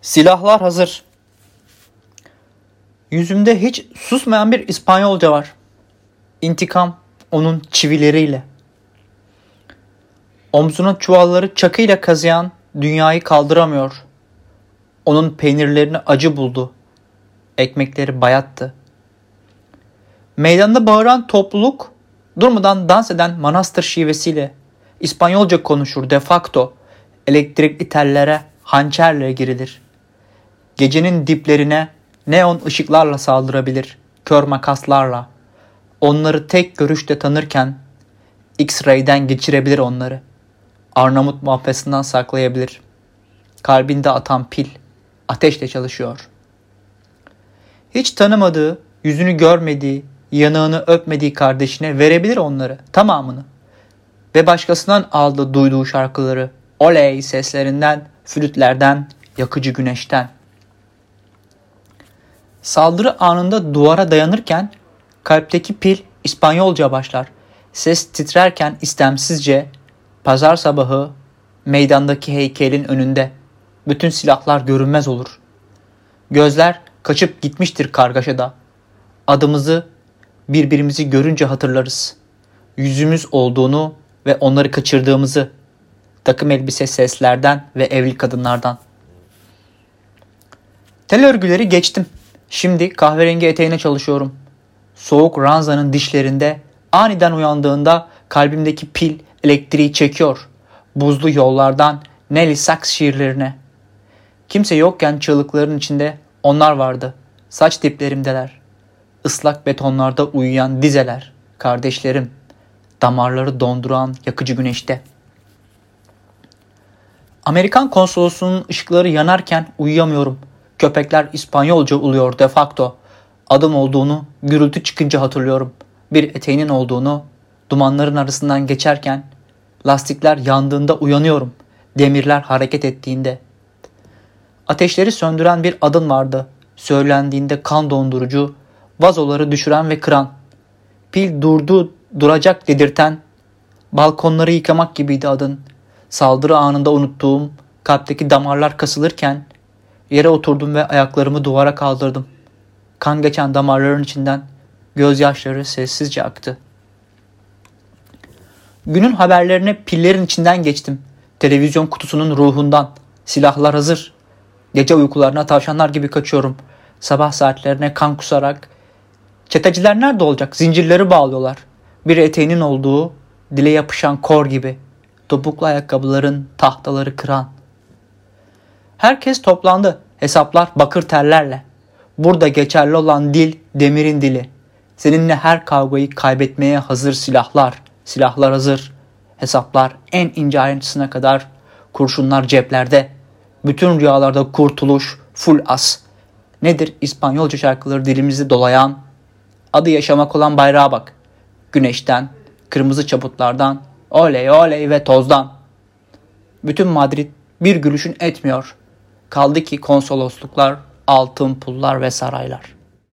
Silahlar hazır. Yüzümde hiç susmayan bir İspanyolca var. İntikam onun çivileriyle. Omzuna çuvalları çakıyla kazıyan dünyayı kaldıramıyor. Onun peynirlerini acı buldu. Ekmekleri bayattı. Meydanda bağıran topluluk durmadan dans eden manastır şivesiyle İspanyolca konuşur de facto. Elektrikli tellere hançerle girilir. Gecenin diplerine neon ışıklarla saldırabilir, kör makaslarla. Onları tek görüşte tanırken X-ray'den geçirebilir onları. Arnavut mafyasından saklayabilir. Kalbinde atan pil ateşle çalışıyor. Hiç tanımadığı, yüzünü görmediği, yanağını öpmediği kardeşine verebilir onları, tamamını. Ve başkasından aldığı duyduğu şarkıları, oley seslerinden, flütlerden, yakıcı güneşten. Saldırı anında duvara dayanırken kalpteki pil İspanyolca başlar. Ses titrerken istemsizce pazar sabahı meydandaki heykelin önünde bütün silahlar görünmez olur. Gözler kaçıp gitmiştir kargaşada. Adımızı birbirimizi görünce hatırlarız. Yüzümüz olduğunu ve onları kaçırdığımızı. Takım elbise seslerden ve evli kadınlardan. Tel örgüleri geçtim. Şimdi kahverengi eteğine çalışıyorum. Soğuk ranzanın dişlerinde aniden uyandığında kalbimdeki pil elektriği çekiyor. Buzlu yollardan Nelly Sachs şiirlerine. Kimse yokken çığlıkların içinde onlar vardı. Saç diplerimdeler. Islak betonlarda uyuyan dizeler. Kardeşlerim. Damarları donduran yakıcı güneşte. Amerikan konsolosunun ışıkları yanarken uyuyamıyorum. Köpekler İspanyolca uluyor de facto. Adım olduğunu gürültü çıkınca hatırlıyorum. Bir eteğinin olduğunu dumanların arasından geçerken lastikler yandığında uyanıyorum. Demirler hareket ettiğinde. Ateşleri söndüren bir adın vardı. Söylendiğinde kan dondurucu, vazoları düşüren ve kıran. Pil duracak dedirten, balkonları yıkamak gibiydi adın. Saldırı anında unuttuğum kalpteki damarlar kasılırken yere oturdum ve ayaklarımı duvara kaldırdım. Kan geçen damarların içinden gözyaşları sessizce aktı. Günün haberlerine pillerin içinden geçtim. Televizyon kutusunun ruhundan. Silahlar hazır. Gece uykularına tavşanlar gibi kaçıyorum. Sabah saatlerine kan kusarak. Çeteciler nerede olacak? Zincirleri bağlıyorlar. Bir eteğinin olduğu dile yapışan kor gibi. Topuklu ayakkabıların tahtaları kıran. Herkes toplandı. Hesaplar bakır tellerle. Burada geçerli olan dil demirin dili. Seninle her kavgayı kaybetmeye hazır silahlar. Silahlar hazır. Hesaplar en ince ayrıntısına kadar. Kurşunlar ceplerde. Bütün rüyalarda kurtuluş, full as. Nedir İspanyolca şarkıları dilimizi dolayan? Adı yaşamak olan bayrağa bak. Güneşten, kırmızı çaputlardan, oley oley ve tozdan. Bütün Madrid bir gülüşün etmiyor. Kaldı ki konsolosluklar, altın pullar ve saraylar.